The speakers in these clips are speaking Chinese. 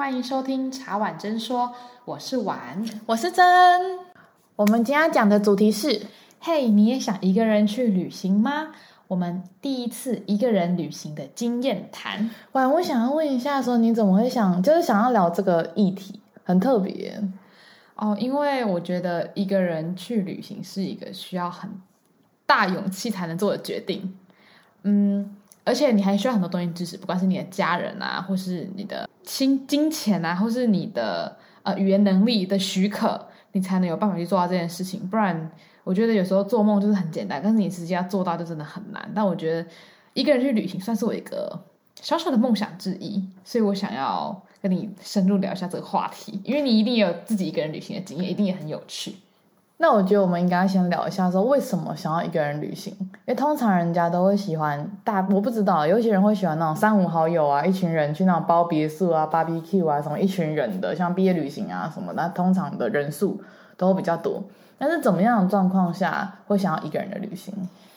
欢迎收听茶碗真说，我是碗， 我是真。我们今天要讲的主题是， 嘿，你也想一个人去旅行吗？我们第一次一个人旅行的经验谈。 碗，我想要问一下说，你怎么会想要聊这个议题，很特别哦，因为我觉得一个人去旅行是一个需要很大勇气才能做的决定。而且你还需要很多东西支持，不管是你的家人啊，或是你的金钱啊，或是你的语言能力的许可，你才能有办法去做到这件事情。不然我觉得有时候做梦就是很简单，但是你实际要做到就真的很难。但我觉得一个人去旅行算是我一个小小的梦想之一，所以我想要跟你深入聊一下这个话题，因为你一定有自己一个人旅行的经验，一定也很有趣。 那我觉得我们应该先聊一下说为什么想要一个人旅行，因为通常人家都会喜欢我不知道，有些人会喜欢那种三五好友啊，一群人去那种包别墅啊、BBQ 啊，什么一群人的，像毕业旅行啊什么的，通常的人数都会比较多。但是怎么样的状况下会想要一个人的旅行？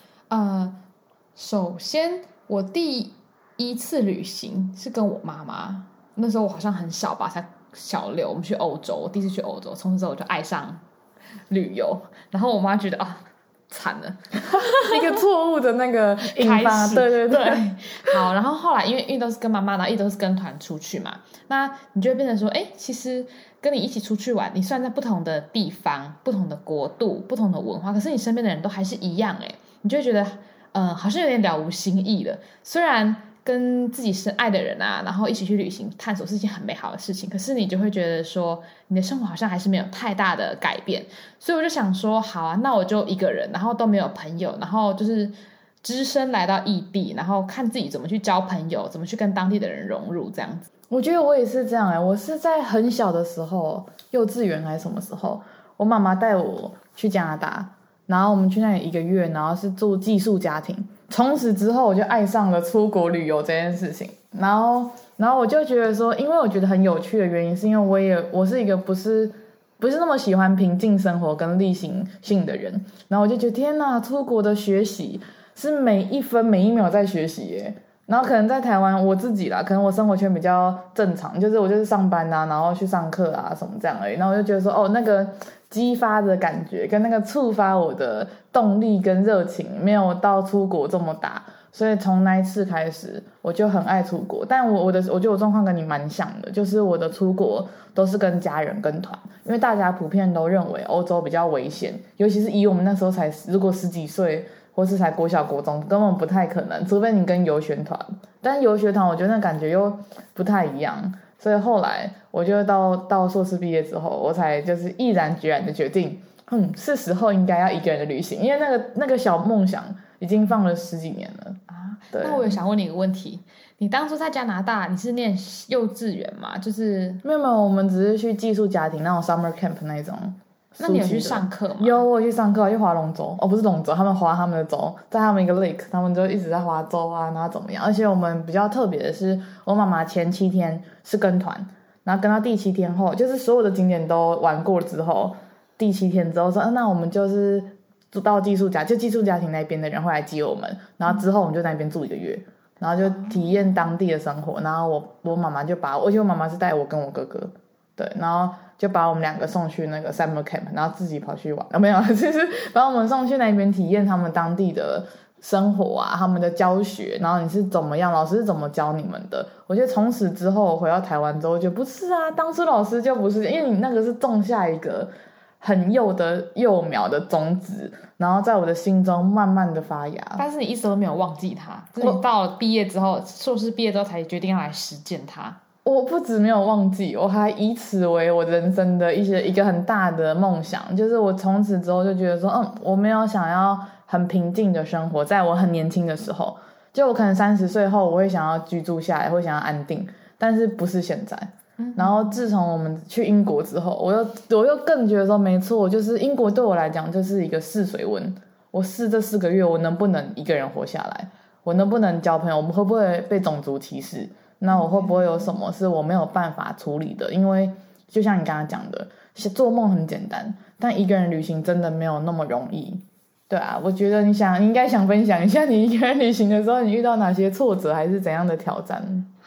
首先我第一次旅行是跟我妈妈，那时候我好像很小吧，才小6，我们去欧洲，我第一次去欧洲，从此之后我就爱上旅游。然后我妈觉得惨了， 一个错误的那个引发，对， 好，然后后来因为都是跟妈妈，然后一直都是跟团出去嘛，那你就会变成说，其实跟你一起出去玩，你虽然在不同的地方、不同的国度、不同的文化，可是你身边的人都还是一样，你就会觉得好像有点了无新意了。虽然跟自己深爱的人啊，然后一起去旅行探索是一件很美好的事情，可是你就会觉得说你的生活好像还是没有太大的改变。所以我就想说好啊，那我就一个人，然后都没有朋友，然后就是只身来到异地，然后看自己怎么去交朋友，怎么去跟当地的人融入这样子。 我觉得我也是这样我是在很小的时候，幼稚园还是什么时候，我妈妈带我去加拿大，然后我们去那里1个月，然后是住寄宿家庭。从此之后我就爱上了出国旅游这件事情，然后我就觉得说，因为我觉得很有趣的原因是因为我是一个不是那么喜欢平静生活跟例行性的人，然后我就觉得天哪，出国的学习是每一分每一秒在学习耶。然后可能在台湾我自己啦，可能我生活圈比较正常，就是我就是上班啊，然后去上课啊什么这样而已。然后我就觉得说那个激发的感觉跟那个触发我的动力跟热情没有到出国这么大，所以从那一次开始我就很爱出国。但我觉得我状况跟你蛮像的，就是我的出国都是跟家人跟团，因为大家普遍都认为欧洲比较危险，尤其是以我们那时候如果10几岁或是才国小国中，根本不太可能，除非你跟游学团。但游学团我觉得那感觉又不太一样，所以后来我就到硕士毕业之后，我才就是毅然决然的决定是时候应该要一个人的旅行，因为那个小梦想已经放了10几年了啊。对， 那我也想问你一个问题，你当初在加拿大你是念幼稚园吗？就是没有，我们只是去寄宿家庭那种 summer camp 那种。 那你有去上课吗？ 有，我有去上课，去划龙舟。不是龙舟，他们划他们的舟，在他们一个 lake， 他们就一直在划舟啊，然后怎么样。而且我们比较特别的是，我妈妈前7天是跟团，然后跟到第7天后，就是所有的景点都玩过之后，第7天之后说，那我们就是到寄宿家庭那边的人会来接我们，然后之后我们就在那边住1个月，然后就体验当地的生活。然后我妈妈就而且我妈妈是带我跟我哥哥，对，然后就把我们2个送去那个 summer camp， 然后自己跑去玩没有，就是把我们送去那边体验他们当地的生活啊，他们的教学，然后你是怎么样，老师是怎么教你们的。我觉得从此之后回到台湾之后，就不是啊，当初老师就不是，因为你那个是种下一个很幼苗的种子，然后在我的心中慢慢的发芽。 但是你一直都没有忘记它，就是你到了毕业之后，硕士毕业之后才决定要来实践它。 我不止没有忘记，我还以此为我人生的一个很大的梦想，就是我从此之后就觉得说，我没有想要很平静的生活，在我很年轻的时候，就我可能30岁后我会想要居住下来，会想要安定，但是不是现在。然后自从我们去英国之后，我又更觉得说，没错，就是英国对我来讲就是一个试水温，我试这4个月我能不能一个人活下来，我能不能交朋友，我们会不会被种族歧视，那我会不会有什么是我没有办法处理的。因为就像你刚刚讲的，做梦很简单，但一个人旅行真的没有那么容易。对啊，我觉得你应该想分享一下你一个人旅行的时候你遇到哪些挫折还是怎样的挑战。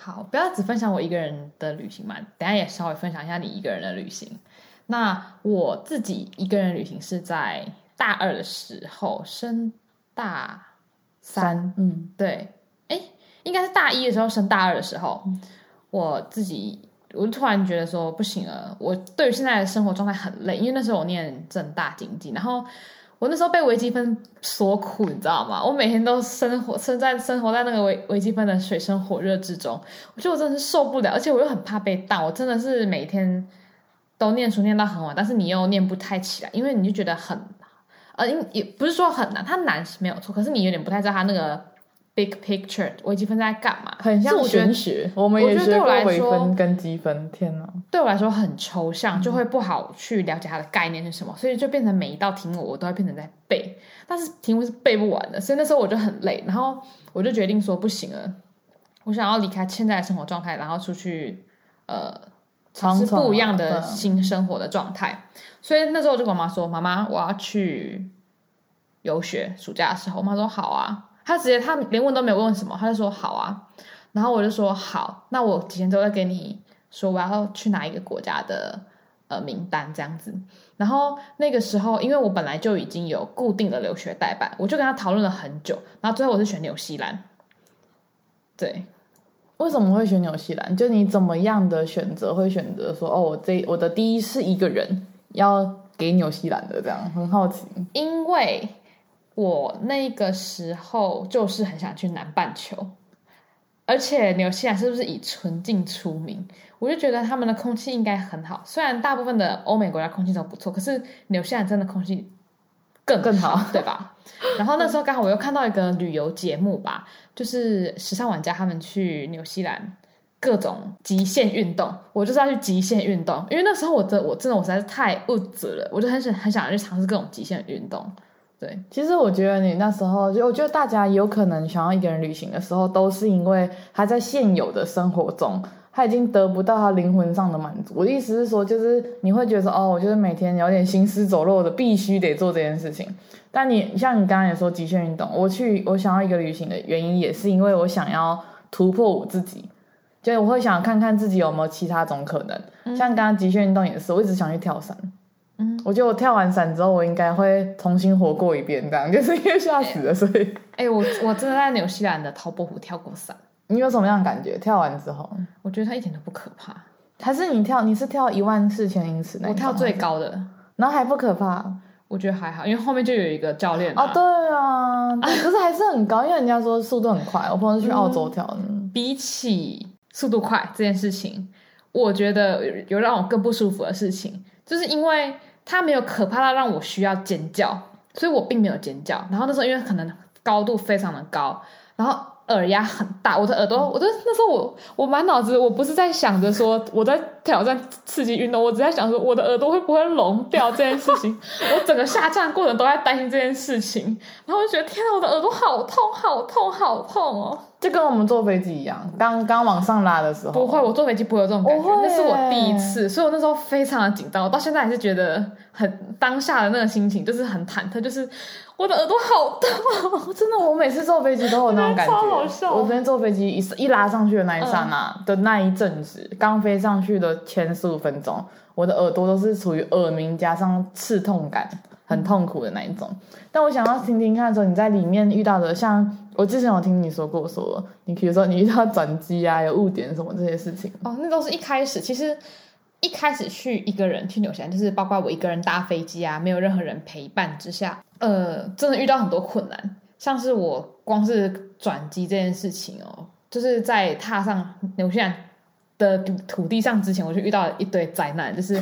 好，不要只分享我一个人的旅行嘛，等一下也稍微分享一下你一个人的旅行。那我自己一个人旅行是在大二的时候，升大三，对，应该是大一的时候升大二的时候，我就突然觉得说不行了，我对于现在的生活状态很累，因为那时候我念政大经济，然后我那时候被微积分所苦，你知道吗？我每天都生活在那个微积分的水深火热之中，我觉得我真的是受不了，而且我又很怕被当，我真的是每天都念书念到很晚，但是你又念不太起来，因为你就觉得很也不是说很难，它难是没有错，可是你有点不太知道它那个 big picture 微积分在干嘛， 很像玄学。我们也学过微分跟积分，天哪！ 对我来说很抽象，就会不好去了解它的概念是什么，所以就变成每一道题目我都会变成在背，但是题目是背不完的，所以那时候我就很累，然后我就决定说不行了，我想要离开现在的生活状态，然后出去尝试不一样的新生活的状态。所以那时候我就跟我妈说：“妈妈，我要去游学。”暑假的时候，我妈说：“好啊。”她连问都没有问什么，她就说：“好啊。”然后我就说：“好，那我几天之后再给你说我要去哪一个国家的名单这样子。”然后那个时候，因为我本来就已经有固定的留学代办，我就跟他讨论了很久，然后最后我是选纽西兰。对。 为什么会选纽西兰？就你怎么样的选择会选择说我的第一是一个人要给纽西兰的，这样很好奇。 因为我那个时候就是很想去南半球，而且纽西兰是不是以纯净出名？我就觉得他们的空气应该很好，虽然大部分的欧美国家空气都不错，可是纽西兰真的空气更好，对吧？然后那时候刚好我又看到一个旅游节目吧，就是时尚玩家他们去纽西兰各种极限运动，我就是要去极限运动，因为那时候我真的实在是太物质了，我就很想去尝试各种极限运动。对， 其实我觉得你那时候我觉得大家有可能想要一个人旅行的时候，都是因为他在现有的生活中他已经得不到他灵魂上的满足。我的意思是说，就是你会觉得说我就是每天有点行尸走肉的必须得做这件事情。但像你刚刚也说极限运动，我想要一个旅行的原因也是因为我想要突破我自己，就我会想看看自己有没有其他种可能。像刚刚极限运动也是，我一直想去跳伞。我觉得我跳完伞之后我应该会重新活过一遍，这样就是因为吓死了，所以我真的在纽西兰的陶伯湖跳过伞。 你有什么样的感觉？跳完之后， 我觉得它一点都不可怕。 还是你是跳14000英尺那种？ 我跳最高的， 然后还不可怕？ 我觉得还好，因为后面就有一个教练对啊，可是还是很高，因为人家说速度很快。我朋友是去澳洲跳的。 比起速度快这件事情，我觉得有让我更不舒服的事情，就是因为它没有可怕到让我需要尖叫，所以我并没有尖叫。然后那时候因为可能高度非常的高，然后耳压很大，我的耳朵，那时候我满脑子，我不是在想着说我在挑战刺激运动，我只在想说我的耳朵会不会聋掉这件事情。我整个下降过程都在担心这件事情，然后我就觉得天啊，我的耳朵好痛好痛好痛哦， 就跟我们坐飞机一样，刚往上拉的时候。 不会，我坐飞机不会有这种感觉，那是我第一次，所以我那时候非常的紧张，我到现在还是觉得很当下的那个心情就是很忐忑，就是我的耳朵好痛。 真的，我每次坐飞机都有那种感觉。 超好笑。 我昨天坐飞机一拉上去的那一刹那的那一阵子，刚飞上去的前15分钟，我的耳朵都是处于耳鸣加上刺痛感，很痛苦的那一种。但我想要听听看说你在里面遇到的，像我之前有听你说过说你比如说你遇到转机啊，有误点什么这些事情。 那都是一开始，其实一开始去一个人去纽西兰，就是包括我一个人搭飞机啊，没有任何人陪伴之下，真的遇到很多困难，像是我光是转机这件事情就是在踏上纽西兰的土地上之前，我就遇到了一堆灾难，就是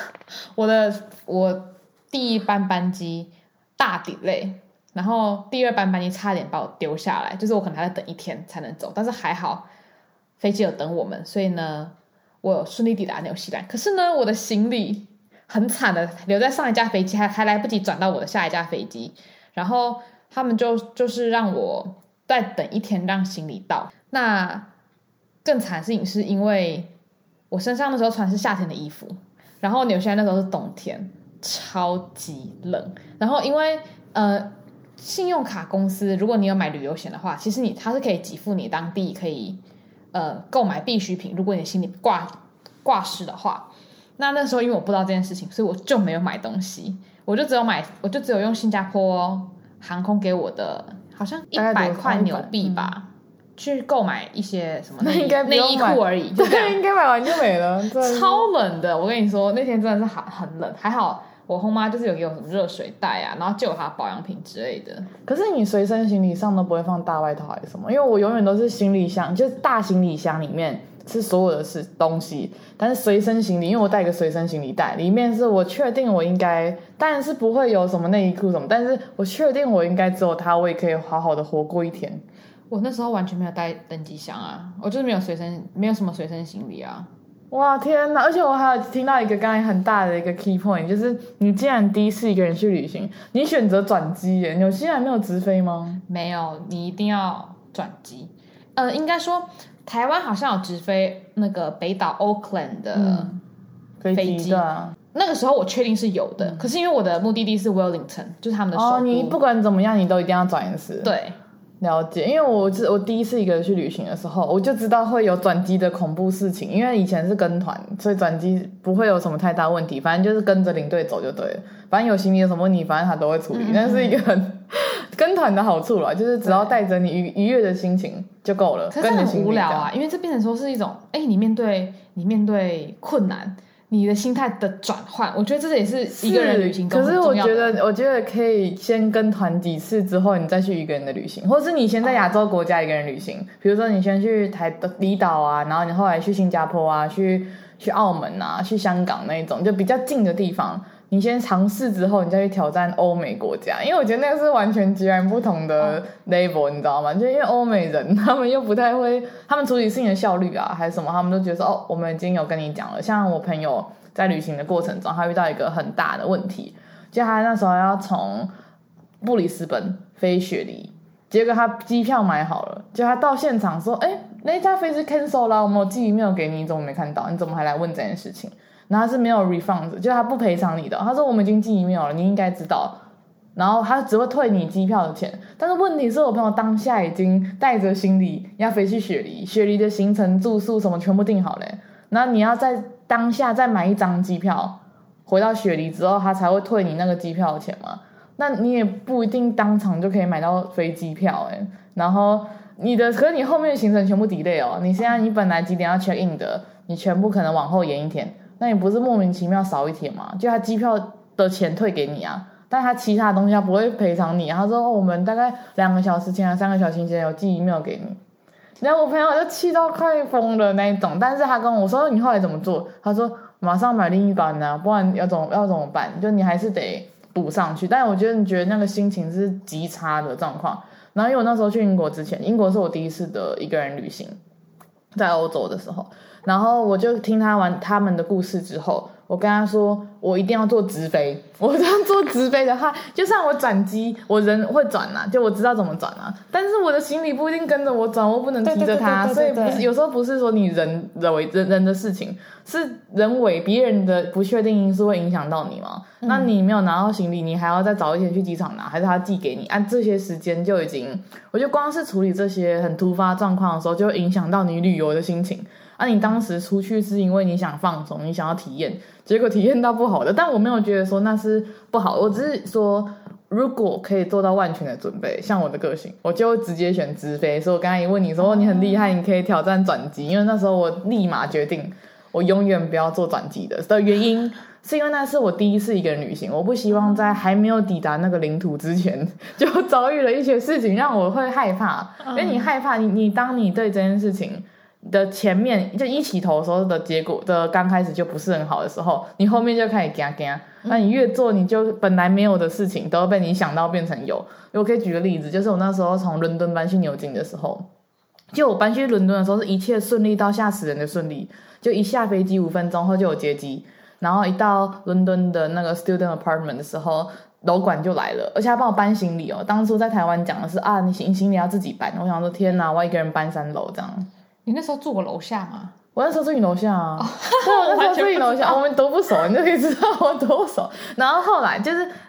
我第一班机大 delay， 然后第二班机差点把我丢下来，就是我可能还要等1天才能走，但是还好飞机有等我们，所以呢我有顺利抵达纽西兰。可是呢我的行李很惨的留在上一架飞机，还来不及转到我的下一架飞机，然后他们就是让我再等1天让行李到。那更惨的事情是因为我身上那时候穿的是夏天的衣服，然后纽西兰那时候是冬天，超级冷。然后因为信用卡公司如果你有买旅游险的话，其实它是可以给付你当地可以购买必需品，如果你行李挂失的话。那时候因为我不知道这件事情，所以我就没有买东西，我就只有用新加坡航空给我的好像100块纽币吧，去购买一些什么内衣裤而已， 对，应该买完就没了， 超冷的。我跟你说，那天真的是很冷，还好我后妈就是有给我什么热水袋啊，然后就有她保养品之类的。 可是你随身行李上都不会放大外套还是什么？因为我永远都是行李箱，就是大行李箱里面是所有的东西，但是随身行李，因为我带一个随身行李袋，里面是我确定我应该，当然是不会有什么内衣裤什么，但是我确定我应该只有它，我也可以好好的活过一天。 我那时候完全没有带登机箱啊，我就是没有什么随身行李啊。 哇天哪！而且我还有听到一个刚才很大的一个 key point， 就是你既然第一次一个人去旅行，你选择转机耶，纽西兰没有直飞吗？ 没有，你一定要转机。应该说台湾好像有直飞那个北岛 Auckland 的飞机，那个时候我确定是有的，可是因为我的目的地是 Wellington， 就是他们的首都。 你不管怎么样，你都一定要转一次。 对。 了解，因为我第一次一个人去旅行的时候，我就知道会有转机的恐怖事情，因为以前是跟团，所以转机不会有什么太大问题，反正就是跟着领队走就对了，反正有行李有什么问题，反正他都会处理。那是一个很跟团的好处啦，就是只要带着你愉悦的心情就够了。 可是很无聊啊，因为这变成说是一种，你面对困难，你的心态的转换，我觉得这也是一个人旅行中很重要的。 可是我觉得可以先跟团几次之后，你再去一个人的旅行，或是你先在亚洲国家一个人旅行，比如说你先去离岛啊，然后你后来去新加坡啊，去澳门啊，去香港那种就比较近的地方，你先尝试之后，你再去挑战欧美国家，因为我觉得那个是完全截然不同的 level，你知道吗？就因为欧美人他们又不太会，他们处理事情的效率啊还是什么，他们都觉得说我们已经有跟你讲了。像我朋友在旅行的过程中，他遇到一个很大的问题，就他那时候要从布里斯本飞雪梨，结果他机票买好了，就他到现场说那架飞机 cancel 了，我们有寄 email 给你，你怎么没看到？你怎么还来问这件事情？然后他是没有 refund， 就是他不赔偿你的。他说我们已经寄 email 了，你应该知道。然后他只会退你机票的钱。但是问题是我朋友当下已经带着行李要飞去雪梨，雪梨的行程、住宿什么全部订好了。然后你要在当下再买一张机票，回到雪梨之后，他才会退你那个机票的钱嘛。那你也不一定当场就可以买到飞机票然后可是你后面的行程全部 delay 哦。你现在你本来几点要 check in 的，你全部可能往后延一天。那你不是莫名其妙少一天吗？就他机票的钱退给你啊，但他其他东西他不会赔偿你。他说我们大概2个小时前3个小时前有寄 email 给你。然后我朋友就气到快疯了那一种，但是他跟我说你后来怎么做？他说马上买另一班啊，不然要怎么办？就你还是得补上去。但我觉得那个心情是极差的状况。然后因为我那时候去英国之前，英国是我第一次的一个人旅行，在欧洲的时候。然后我就听他们的故事之后，我跟他说我一定要坐直飞。我这样坐直飞的话，就算我转机，我人会转啊，就我知道怎么转啊，但是我的行李不一定跟着我转，我不能提着它。所以有时候不是说你人的事情，是人为别人的不确定因素会影响到你嘛。那你没有拿到行李，你还要再早一天去机场拿，还是他寄给你？按这些时间就已经，我觉得光是处理这些很突发状况的时候，就会影响到你旅游的心情。你当时出去是因为你想放松，你想要体验，结果体验到不好的。但我没有觉得说那是不好，我只是说如果可以做到万全的准备，像我的个性，我就会直接选直飞。所以我刚才一问你说你很厉害，你可以挑战转机，因为那时候我立马决定我永远不要做转机的原因是因为那是我第一次一个人旅行，我不希望在还没有抵达那个领土之前就遭遇了一些事情让我会害怕。因为你害怕，你当你对这件事情的前面就一起头的时候的结果的刚开始就不是很好的时候，你后面就开始怕怕。那你越做，你就本来没有的事情都被你想到变成有。我可以举个例子，就是我那时候从伦敦搬去牛津的时候，就我搬去伦敦的时候是一切顺利到吓死人的顺利，就一下飞机5分钟后就有接机，然后一到伦敦的那个 student apartment 的时候，楼管就来了，而且他帮我搬行李哦。当初在台湾讲的是你行李要自己搬，我想说天哪，我一个人搬3楼这样。 你那时候住我楼下吗？ 我那时候住你楼下对，我那时候住你楼下，我们多不熟，你就可以知道我多熟。然后后来就是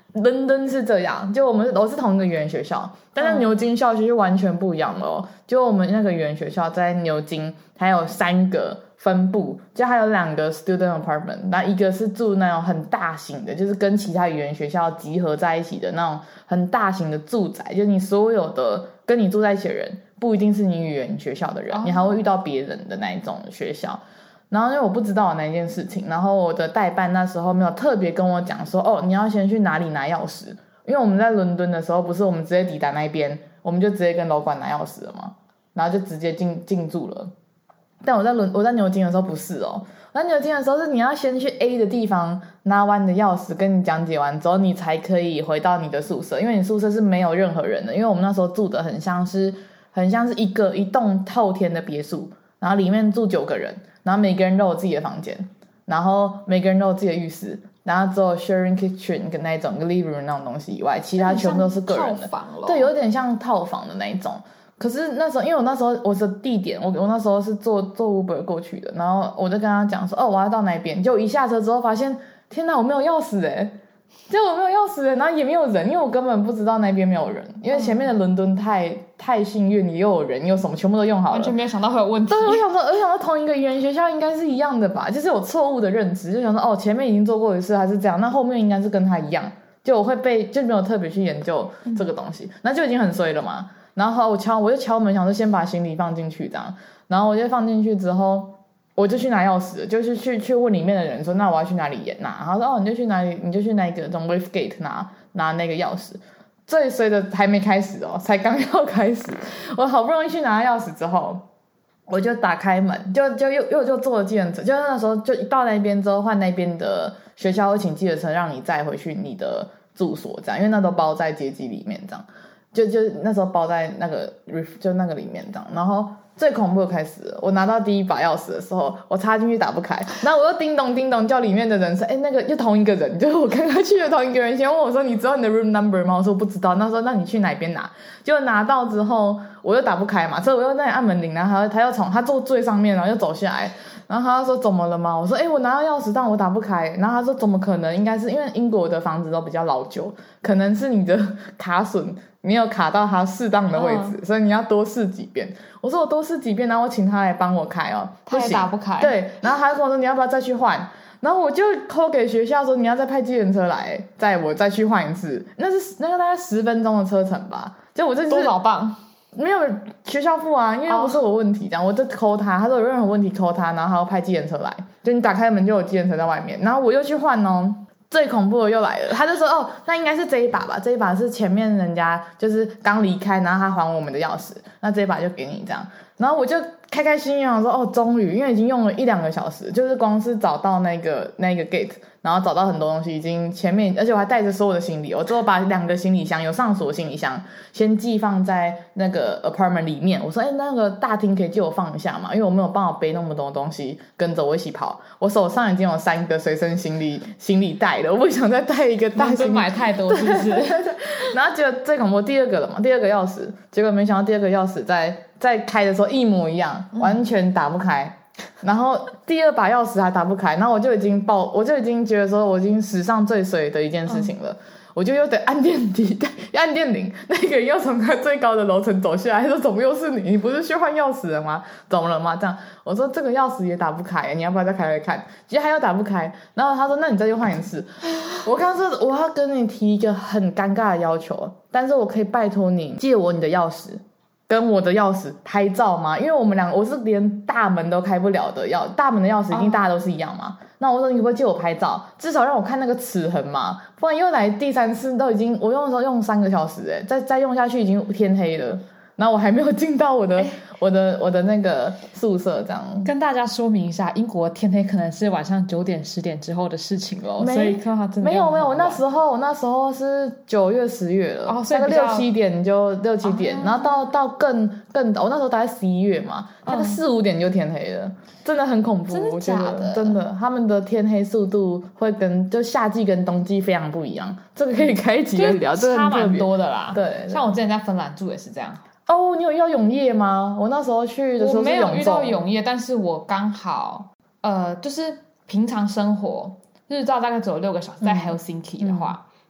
伦敦是这样，就我是同一个语言学校，但是牛津校区是完全不一样的哦。就我们那个语言学校在牛津还有3个分部，就还有2个 student apartment， 那一个是住那种很大型的，就是跟其他语言学校集合在一起的那种很大型的住宅，就你所有的跟你住在一起的人不一定是你语言学校的人，你还会遇到别人的那一种学校。然后因为我不知道那一件事情，然后我的代办那时候没有特别跟我讲说，哦，你要先去哪里拿钥匙，因为我们在伦敦的时候不是我们直接抵达那边，我们就直接跟楼管拿钥匙了嘛，然后就直接进驻了。但我在牛津的时候不是哦，我在牛津的时候是你要先去 A 的地方拿完你的钥匙，跟你讲解完之后，你才可以回到你的宿舍，因为你宿舍是没有任何人的，因为我们那时候住的很像是一栋透天的别墅，然后里面住9个人，然后每个人都有自己的房间，然后每个人都有自己的浴室，然后只有 sharing kitchen 跟那种 living room 那种东西以外，其他全部都是个人的，对，有点像套房的那一种。可是那时候因为我那时候我的地点我那时候是坐 Uber 过去的，然后我就跟他讲说，哦，我要到哪边，就一下车之后发现天哪，我没有钥匙耶，结果我没有钥匙耶，然后也没有人，因为我根本不知道那边没有人，因为前面的伦敦太幸运，你又有人又什么全部都用好了， 完全没有想到会有问题。 对，我想说同一个语言学校应该是一样的吧，就是有错误的认知，就想说哦，前面已经做过一次还是这样，那后面应该是跟他一样，就我会就没有特别去研究这个东西，那就已经很衰了嘛。然后我就敲门，想说先把行李放进去这样，然后我就放进去之后，我就去拿钥匙，就是去问里面的人说，那我要去哪里拿？然后说哦，你就去哪里，你就去那个Westgate拿那个钥匙。最衰的还没开始哦，才刚要开始，我好不容易去拿钥匙之后，我就打开门，又坐了计程车，就那时候就到那边之后换那边的学校会请计程车让你载回去你的住所这样，因为那都包在阶级里面这样。就那时候包在那个就那个里面这样，然后最恐怖的开始了，我拿到第一把钥匙的时候，我插进去打不开，然后我又叮咚叮咚叫里面的人说，那个又同一个人，就是我刚刚去的同一个人，先问我说你知道你的 room number 吗？我说不知道，那时候那你去哪边拿？结果拿到之后我又打不开嘛，所以我又在那里按门铃，然后他又从他坐最上面，然后又走下来。然后他说怎么了吗？我说我拿到钥匙但我打不开。然后他说怎么可能，应该是因为英国的房子都比较老旧，可能是你的卡榫没有卡到它适当的位置，所以你要多试几遍。我说我多试几遍，然后我请他来帮我开哦， 他也打不开。 对，然后他跟我说你要不要再去换，然后我就 call 给学校说你要再派计程车来载我再去换一次，那个大概10分钟的车程吧，就我这多少磅？ 没有学校付啊，因为不是我问题这样，我就 call 他说有任何问题 call 他，然后他要派计程车来，就你打开门就有计程车在外面，然后我又去换哦。最恐怖的又来了，他就说哦，那应该是这一把吧，这一把是前面人家就是刚离开，然后他还我们的钥匙，那这一把就给你这样，然后我就开开心心想说哦，终于，因为已经用了1-2个小时，就是光是找到那个 gate， 然后找到很多东西，已经前面，而且我还带着所有的行李，我最后把2个行李箱有上锁行李箱先寄放在那个 apartment 里面，我说那个大厅可以借我放一下嘛，因为我没有办法背那么多东西跟着我一起跑，我手上已经有3个随身行李袋了，我不想再带一个大行李， 买太多是不是？ 然后结果最恐怖第2个了嘛，第2个钥匙，结果没想到第2个钥匙在开的时候一模一样，完全打不开。然后第2把钥匙还打不开，然后我就已经觉得说我已经史上最衰的一件事情了。我就又得按电铃，那个人又从他最高的楼层走下来，说怎么又是你？你不是去换钥匙了吗？怎么了吗？这样我说这个钥匙也打不开，你要不要再开来看？其实他又打不开，然后他说那你再去换一次。我刚说我要跟你提一个很尴尬的要求，但是我可以拜托你借我你的钥匙跟我的钥匙拍照吗？因为我是连大门都开不了的，大门的钥匙一定大家都是一样嘛。那我说你可不可以借我拍照，至少让我看那个齿痕嘛，不然又来第3次都已经我用的时候用3个小时再用下去已经天黑了，然后我还没有进到我的那个宿舍这样。 跟大家说明一下，英国天黑可能是晚上9点10点之后的事情咯，所以看他真的没有，我那时候是9月10月了，所以6、7点就6、7点，然后到更我那时候大概11月嘛，大概4、5点就天黑了，真的很恐怖。 真的假的？ 我觉得真的，他们的天黑速度会就夏季跟冬季非常不一样，这个可以开一集来聊，这差蛮多的啦。 对， 像我之前在芬兰住也是这样。 哦，你有遇到永夜吗？我那时候去的时候是永昼。 我没有遇到永夜，但是我刚好就是平常生活日照大概只有6个小时，在 Helsinki 的话，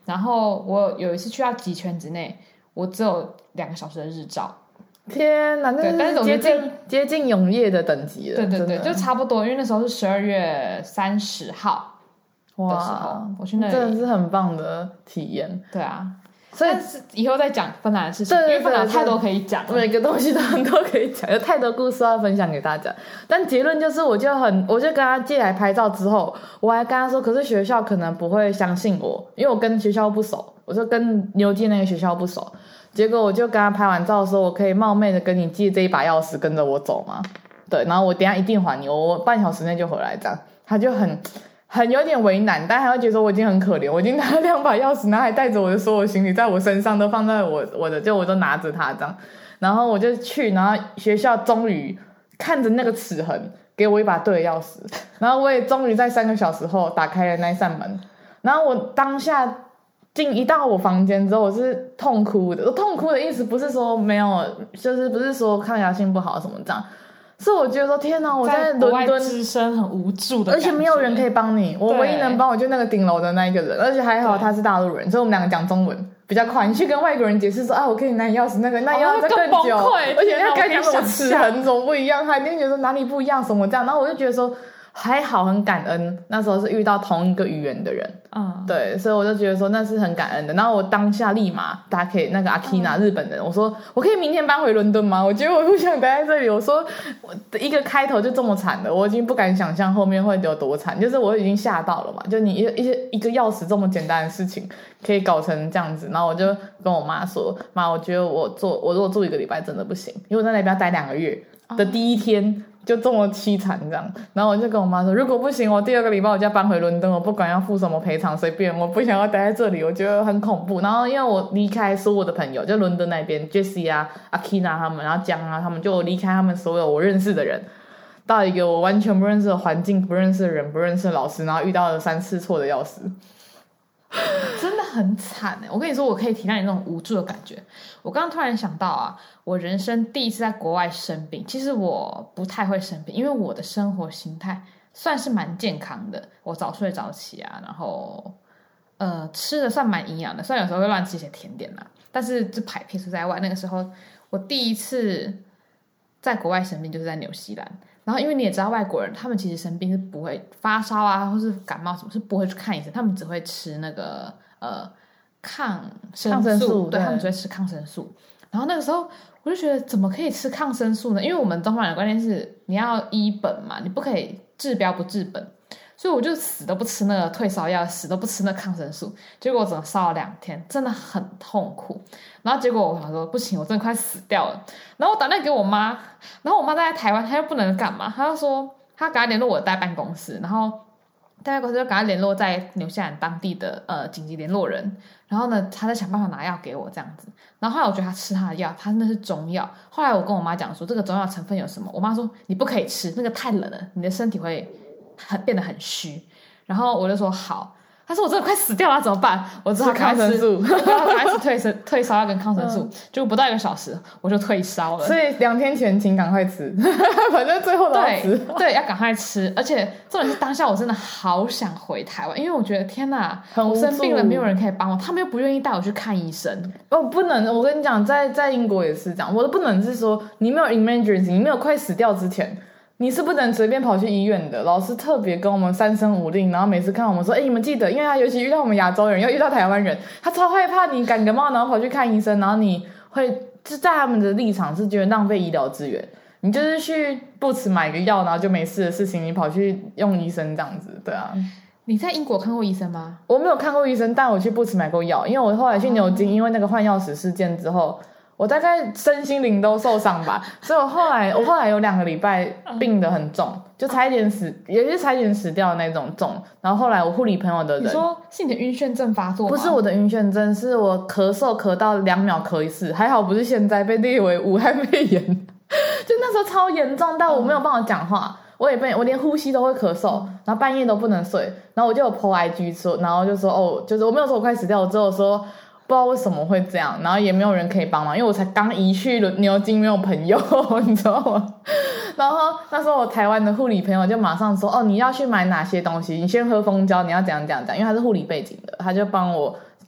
然后我有一次去到极圈之内，我只有2个小时的日照。 天哪，那是接近永夜的等级了。 对对对，就差不多，因为那时候是12月30号的时候，我去那里， 真的是很棒的体验。 对啊， 所以但是以后再讲芬兰的事情，因为芬兰太多可以讲了， 每个东西都很多可以讲，有太多故事要分享给大家。但结论就是，我就跟他借来拍照之后，我还跟他说，可是学校可能不会相信我，因为我跟学校不熟，我就跟牛津那个学校不熟。结果我就跟他拍完照说，我可以冒昧的跟你借这一把钥匙跟着我走吗？对，然后我等一下一定还你，我半小时内就回来这样。他就很有点为难，但他会觉得我已经很可怜，我已经拿了2把钥匙，然后还带着我的所有行李在我身上，都放在我的，就我都拿着它这样。然后我就去，然后学校终于看着那个齿痕给我一把对的钥匙，然后我也终于在3个小时后打开了那扇门。然后我当下一到我房间之后，我是痛哭的。痛哭的意思不是说没有，就是不是说抗压性不好什么这样，是我觉得说天哪，我在伦敦置身很无助的感觉， 而且没有人可以帮你，我唯一能帮我就那个顶楼的那一个人，而且还好他是大陆人，所以我们2个讲中文比较快。你去跟外国人解释说啊，我可以拿你钥匙，那要再更久，而且要跟我齿痕怎么不一样，他一定觉得哪里不一样什么这样。然后我就觉得说还好，很感恩那时候是遇到同一个语言的人，对，所以我就觉得说那是很感恩的。然后我当下立马打给那个阿 Kina 日本人，我说我可以明天搬回伦敦吗？我觉得我不想待在这里。我说我的一个开头就这么惨了，我已经不敢想象后面会有多惨，就是我已经吓到了嘛，就你一个钥匙这么简单的事情可以搞成这样子。然后我就跟我妈说，妈，我觉得我如果住1个礼拜真的不行，因为我在那边要待2个月的第一天就这么凄惨这样。然后我就跟我妈说，如果不行我第2个礼拜我就要搬回伦敦，我不管要付什么赔偿随便，我不想要待在这里，我觉得很恐怖。然后因为我离开所有的朋友，就伦敦那边 Jessie 啊 Akina 他们，然后江啊他们，就离开他们所有我认识的人，到一个我完全不认识的环境，不认识的人，不认识的老师，然后遇到了3次错的钥匙， 真的很惨耶。我跟你说，我可以体谅你那种无助的感觉。我刚刚突然想到啊，我人生第一次在国外生病。其实我不太会生病，因为我的生活形态算是蛮健康的，我早睡早起啊，然后吃的算蛮营养的，虽然有时候会乱吃一些甜点啦，但是就撇除在外。那个时候我第一次在国外生病就是在纽西兰。然后因为你也知道外国人他们其实生病是不会发烧啊或是感冒什么是不会去看医生，他们只会吃那个抗生素，对，他们只会吃抗生素。然后那个时候我就觉得怎么可以吃抗生素呢？因为我们中国人的观念是你要医本嘛，你不可以治标不治本，所以我就死都不吃那个退烧药，死都不吃那抗生素。结果我整个烧了2天，真的很痛苦。然后结果我想说不行，我真的快死掉了。然后我打电话给我妈，然后我妈在台湾，她又不能干嘛，她就说她赶快联络我的代办公司，然后代办公司就赶快联络在纽西兰当地的紧急联络人。然后呢，她在想办法拿药给我这样子。然后后来我觉得她吃她的药，她那是中药。后来我跟我妈讲说这个中药成分有什么，我妈说你不可以吃，那个太冷了，你的身体会变得很虚。然后我就说好。他说我真的快死掉了怎么办？我只好赶快吃，退烧药跟抗生素，结果不到1个小时我就退烧了。 所以2天前请赶快吃，反正最后都要吃。 对，要赶快吃。而且重点是当下我真的好想回台湾，因为我觉得天哪，我生病了没有人可以帮我，他们又不愿意带我去看医生。 不能，我跟你讲，在英国也是这样，我都不能是说你没有 emergency， 你没有快死掉之前。你是不能随便跑去医院的，老师特别跟我们3声5令，然后每次看我们说，你们记得，因为他尤其遇到我们亚洲人，又遇到台湾人，他超害怕你感个冒，然后跑去看医生，然后你会就在他们的立场是觉得浪费医疗资源，你就是去Boots买个药，然后就没事的事情，你跑去用医生这样子，对啊。 你在英国看过医生吗？ 我没有看过医生，但我去Boots买过药，因为我后来去牛津，因为那个换钥匙事件之后。我大概身心灵都受伤吧，所以我后来有2个礼拜病得很重，就差一点死，也是差一点死掉的那种重。然后后来我护理朋友的人， 你说是你的晕眩症发作吗？ 不是我的晕眩症，是我咳嗽咳到2秒咳一次，还好不是现在被列为武汉肺炎，就那时候超严重，但我没有办法讲话。我连呼吸都会咳嗽，然后半夜都不能睡，然后我就有 po IG 说，然后就说就是我没有说我快死掉，我只有说不知道为什么会这样，然后也没有人可以帮忙，因为我才刚移去牛津，没有朋友，你知道吗？然后那时候我台湾的护理朋友就马上说，你要去买哪些东西，你先喝蜂胶，你要怎样怎样怎样，因为他是护理背景的，他就帮我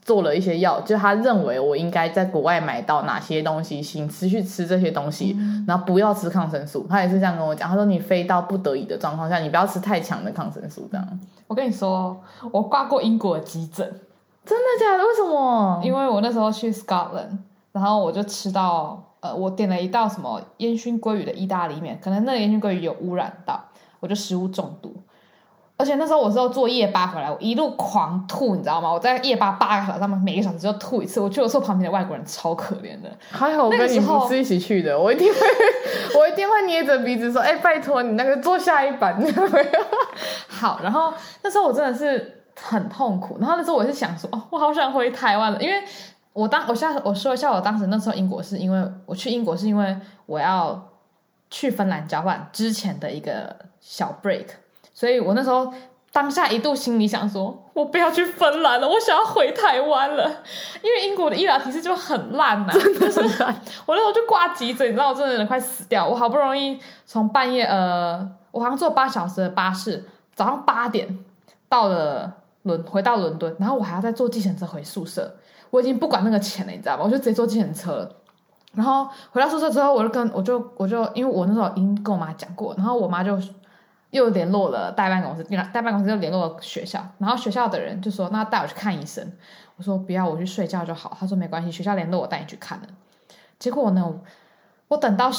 做了一些药，就他认为我应该在国外买到哪些东西，请持续吃这些东西，然后不要吃抗生素。他也是这样跟我讲，他说你非到不得已的状况下，你不要吃太强的抗生素这样。 我跟你说，我挂过英国的急诊。 真的假的？为什么？ 因为我那时候去 Scotland， 然后我就吃到我点了一道什么烟熏鲑鱼的意大利面，可能那个烟熏鲑鱼有污染到，我就食物中毒。而且那时候我是要坐夜巴回来，我一路狂吐，你知道吗？我在夜巴8个小时，他们每个小时就吐一次。我觉得我坐旁边的外国人超可怜的。 还好我跟你不是一起去的，我一定会捏着鼻子说：“拜托你那个坐下一班。” 好，然后那时候我真的是很痛苦。然后那时候我是想说，我好想回台湾了，因为我说一下，我当时那时候英国是因为我去英国是因为我要去芬兰交换之前的一个小 break。所以我那时候当下一度心里想说，我不要去芬兰了，我想要回台湾了，因为英国的医疗体制就很烂啊， 真的很烂。 我那时候就挂急诊，你知道我真的人快死掉。我好不容易从半夜我好像坐8小时的巴士，早上8点到了回到伦敦，然后我还要再坐计程车回宿舍。我已经不管那个钱了，你知道吗？我就直接坐计程车了。然后回到宿舍之后，我就因为我那时候已经跟我妈讲过，然后我妈就又联络了代办公司，代办公司又联络了学校，然后学校的人就说那带我去看医生。我说不要，我去睡觉就好。他说没关系，学校联络我带你去看了。结果呢，我等了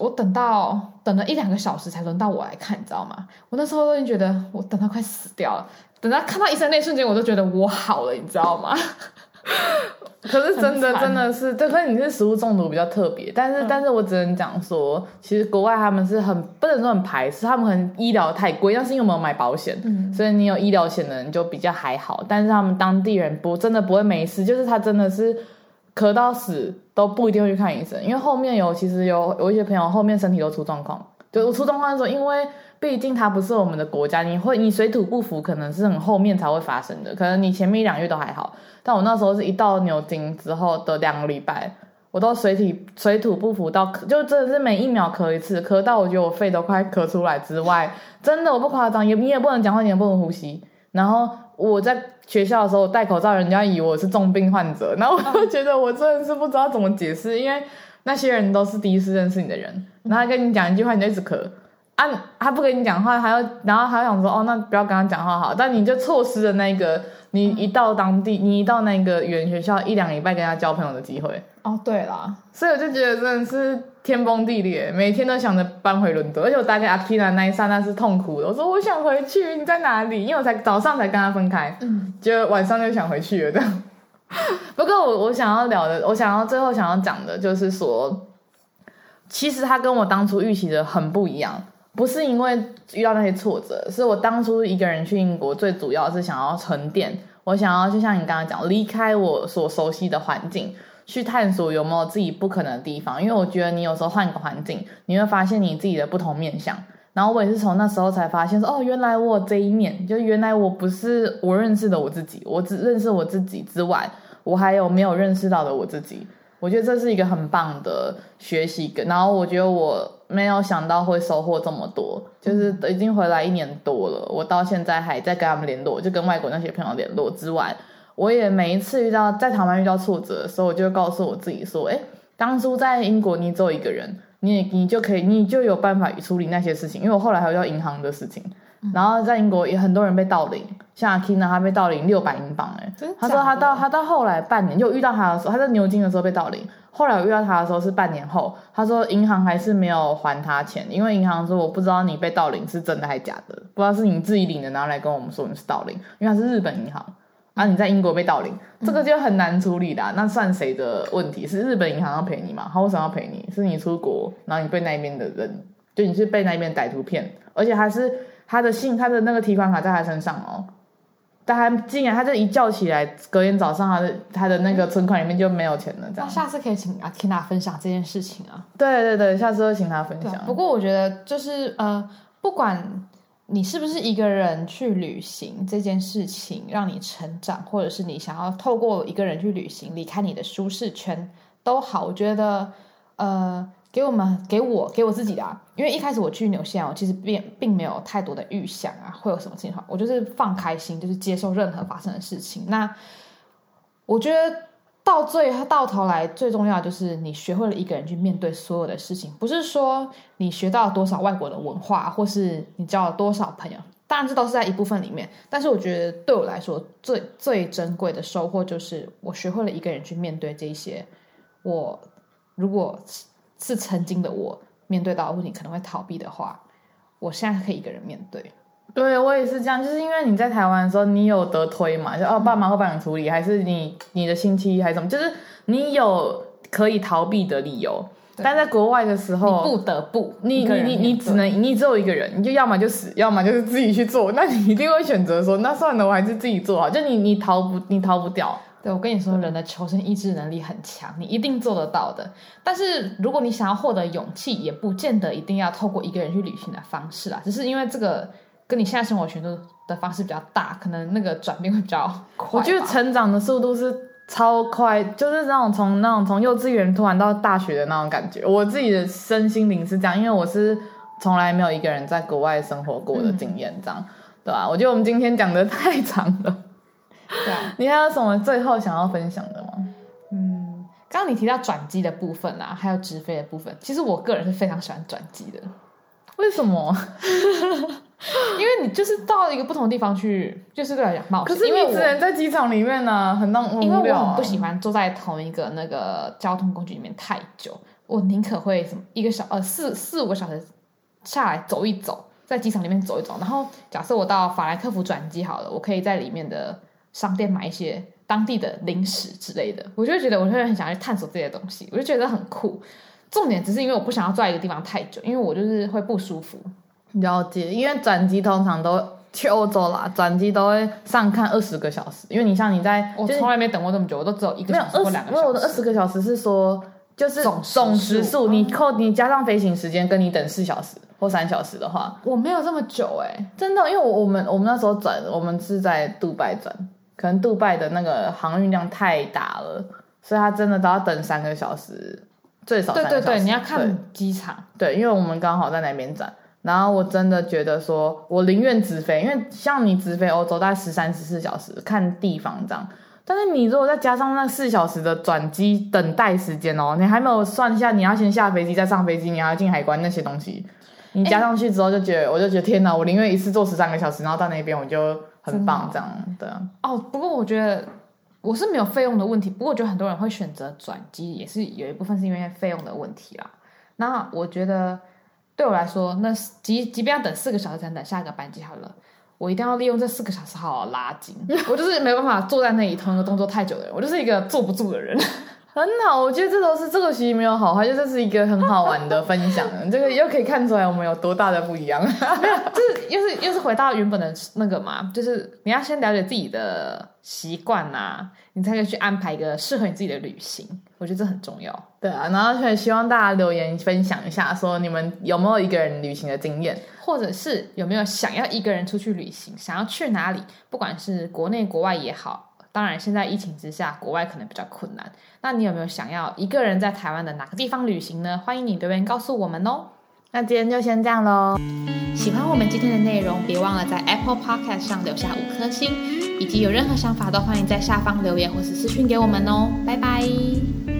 1-2个小时才轮到我来看，你知道吗？我那时候都已经觉得我等到快死掉了，等到看到医生那瞬间我都觉得我好了，你知道吗？ 可是真的是，对，可是你是食物中毒比较特别，但是我只能讲说，其实国外他们是不能说很排斥，他们可能医疗太贵，但是因为我们有买保险，所以你有医疗险的人就比较还好，但是他们当地人真的不会没事，就是他真的是咳到死都不一定会去看医生，因为后面其实有一些朋友后面身体都出状况，就出状况的时候，因为毕竟它不是我们的国家，你水土不服可能是很后面才会发生的，可能你前面1-2月都还好，但我那时候是一到牛津之后的2个礼拜，我都水土不服到就真的是每1秒咳一次，咳到我觉得我肺都快咳出来之外，真的我不夸张，你也不能讲话，你也不能呼吸。然后我在学校的时候戴口罩，人家以为我是重病患者，然后我就觉得我真的是不知道怎么解释，因为那些人都是第一次认识你的人，然后他跟你讲一句话你就一直咳啊，他不跟你讲话，然后还想说那不要跟他讲话好，但你就错失了那个你一到那个语言学校1-2个礼拜跟他交朋友的机会。 对啦， 所以我就觉得真的是天崩地裂，每天都想着搬回伦敦，而且我打给阿 Kina 那一刹那是痛苦的，我说我想回去，你在哪里？因为我早上才跟他分开，就晚上就想回去了这样。不过我想要聊的，最后想要讲的就是说，其实他跟我当初预期的很不一样。不是因为遇到那些挫折，是我当初一个人去英国最主要是想要沉淀，我想要就像你刚刚讲，离开我所熟悉的环境，去探索有没有自己不可能的地方。因为我觉得你有时候换个环境，你会发现你自己的不同面向。然后我也是从那时候才发现说，原来我有这一面，就原来我不是我认识的我自己，我只认识我自己之外，我还有没有认识到的我自己。我觉得这是一个很棒的学习，然后我觉得我没有想到会收获这么多，就是已经回来1年多了，我到现在还在跟他们联络，就跟外国那些朋友联络之外，我也每一次在台湾遇到挫折的时候，我就会告诉我自己说，当初在英国你只有一个人，你就有办法处理那些事情，因为我后来还有到银行的事情，然后在英国也很多人被盗领，像 Kina 他被盗领600英镑，他说他到后来半年，就遇到他的时候，他在牛津的时候被盗领，后来我遇到他的时候是半年后，他说银行还是没有还他钱，因为银行说我不知道你被盗领是真的还假的，不知道是你自己领的，然后来跟我们说你是盗领，因为他是日本银行，你在英国被盗领，这个就很难处理啦。那算谁的问题？是日本银行要赔你吗？他为什么要赔你？是你出国，然后你被那边的人，就你是被那边歹徒骗，而且还是他的那个提款卡在他身上但他竟然就一觉起来，隔天早上他的那个存款里面就没有钱了，这样。 那下次可以请阿 Kina 分享这件事情啊。 对，下次会请他分享。 不过我觉得就是不管你是不是一个人去旅行这件事情让你成长，或者是你想要透过一个人去旅行离开你的舒适圈都好，我觉得给我自己的因为一开始我去纽西兰，我其实并没有太多的预想会有什么情况，我就是放开心，就是接受任何发生的事情。那我觉得到头来最重要的就是你学会了一个人去面对所有的事情，不是说你学到了多少外国的文化，或是你交了多少朋友，当然这都是在一部分里面，但是我觉得对我来说最珍贵的收获就是我学会了一个人去面对这些我如果是曾经的我面对到的问题可能会逃避的话，我现在可以一个人面对。 对，我也是这样，就是因为你在台湾的时候，你有得推嘛，就爸妈会帮你处理，还是你的亲戚还是什么，就是你有可以逃避的理由。但在国外的时候， 你不得不， 你只有一个人，你就要么就死，要么就是自己去做。那你一定会选择说，那算了，我还是自己做好。就你逃不掉。 对，我跟你说，人的求生意志能力很强，你一定做得到的。但是如果你想要获得勇气，也不见得一定要透过一个人去旅行的方式啦，只是因为这个跟你现在生活圈的方式比较大，可能那个转变会比较快。 我觉得成长的速度是超快，就是从幼稚园突然到大学的那种感觉。我自己的身心灵是这样，因为我是从来没有一个人在国外生活过的经验，这样对吧？我觉得我们今天讲的太长了。 对啊， 你还有什么最后想要分享的吗？ 刚刚你提到转机的部分啊，还有直飞的部分，其实我个人是非常喜欢转机的。 为什么？ 因为你就是到一个不同的地方去，就是对来讲冒险。 可是你只能在机场里面啊，很无聊。 因为我很不喜欢坐在同一个那个交通工具里面太久，我宁可会4-5个小时下来走一走，在机场里面走一走。然后假设我到法兰克福转机好了，我可以在里面的商店买一些当地的零食之类的，我就会觉得我会很想去探索这些东西，我就觉得很酷。重点只是因为我不想要坐在一个地方太久，因为我就是会不舒服。 了解，因为转机通常都去欧洲啦，转机都会上看20个小时，因为你像你在， 我从来没等过这么久，我都只有1个小时或2个小时。 因为我的20个小时是说就是总时数，你加上飞行时间，跟你等4小时或3小时的话， 我没有这么久真的，因为我们那时候转，我们是在杜拜转，可能杜拜的那个航运量太大了，所以他真的都要等3个小时，最少3个小时。 对，你要看机场。 对，因为我们刚好在那边转。然后我真的觉得说，我宁愿直飞，因为像你直飞欧洲大概13-14小时，看地方这样。但是你如果再加上那4小时的转机等待时间哦，你还没有算一下你要先下飞机再上飞机，你还要进海关那些东西，你加上去之后我就觉得天哪，我宁愿一次坐13个小时，然后到那边我就很棒这样。对啊。 不过我觉得我是没有费用的问题，不过我觉得很多人会选择转机，也是有一部分是因为费用的问题啦。那我觉得对我来说，那即便要等4个小时才等下一个班机好了，我一定要利用这4个小时好好拉筋。我就是没办法坐在那里同一个动作太久的人，我就是一个坐不住的人。 很好，我觉得这个其实没有好坏，就这是一个很好玩的分享。这个又可以看出来我们有多大的不一样。 没有，就是又是回到原本的那个嘛，就是你要先了解自己的习惯啊，你才可以去安排一个适合你自己的旅行。我觉得这很重要。 对啊，然后所以希望大家留言分享一下，说你们有没有一个人旅行的经验， 或者是有没有想要一个人出去旅行，想要去哪里，不管是国内国外也好。当然现在疫情之下国外可能比较困难，那你有没有想要一个人在台湾的哪个地方旅行呢？欢迎你留言告诉我们哦。 那今天就先这样咯。 喜欢我们今天的内容，别忘了在 Apple Podcast 上留下5颗星，以及有任何想法都欢迎在下方留言或是私讯给我们哦。拜拜。